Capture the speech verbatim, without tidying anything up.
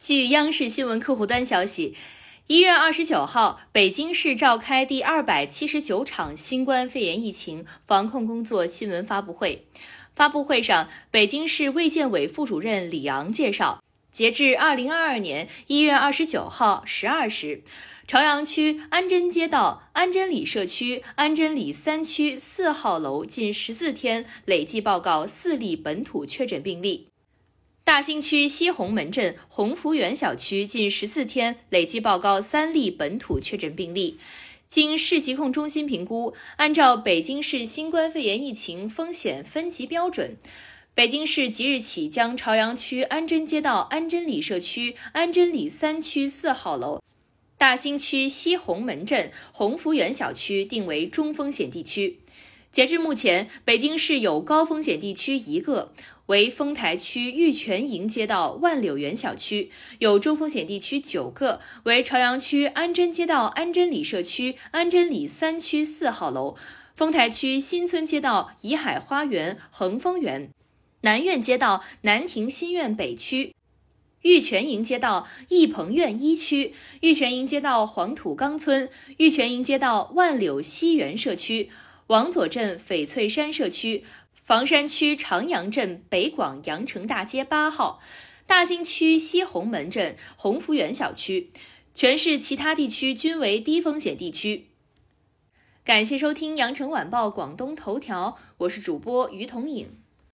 据央视新闻客户端消息，一月二十九号，北京市召开第二百七十九场新冠肺炎疫情防控工作新闻发布会。发布会上，北京市卫健委副主任李昂介绍，截至二零二二年一月二十九号十二时，朝阳区安贞街道安贞里社区安贞里三区四号楼近十四天累计报告四例本土确诊病例。大兴区西红门镇鸿福园小区近十四天累计报告三例本土确诊病例。经市疾控中心评估，按照北京市新冠肺炎疫情风险分级标准，北京市即日起将朝阳区安贞街道安贞里社区安贞里三区四号楼、大兴区西红门镇鸿福园小区定为中风险地区。截至目前，北京市有高风险地区一个，为丰台区玉泉营街道万柳园小区；有中风险地区九个，为朝阳区安贞街道安贞里社区安贞里三区四号楼、丰台区新村街道怡海花园恒丰园、南苑街道南亭新苑北区、玉泉营街道义鹏苑一区、玉泉营街道黄土岗村、玉泉营街道万柳西园社区、王佐镇翡翠山社区、房山区长阳镇北广羊城大街八号、大兴区西红门镇鸿福园小区，全市其他地区均为低风险地区。感谢收听羊城晚报广东头条，我是主播于彤颖。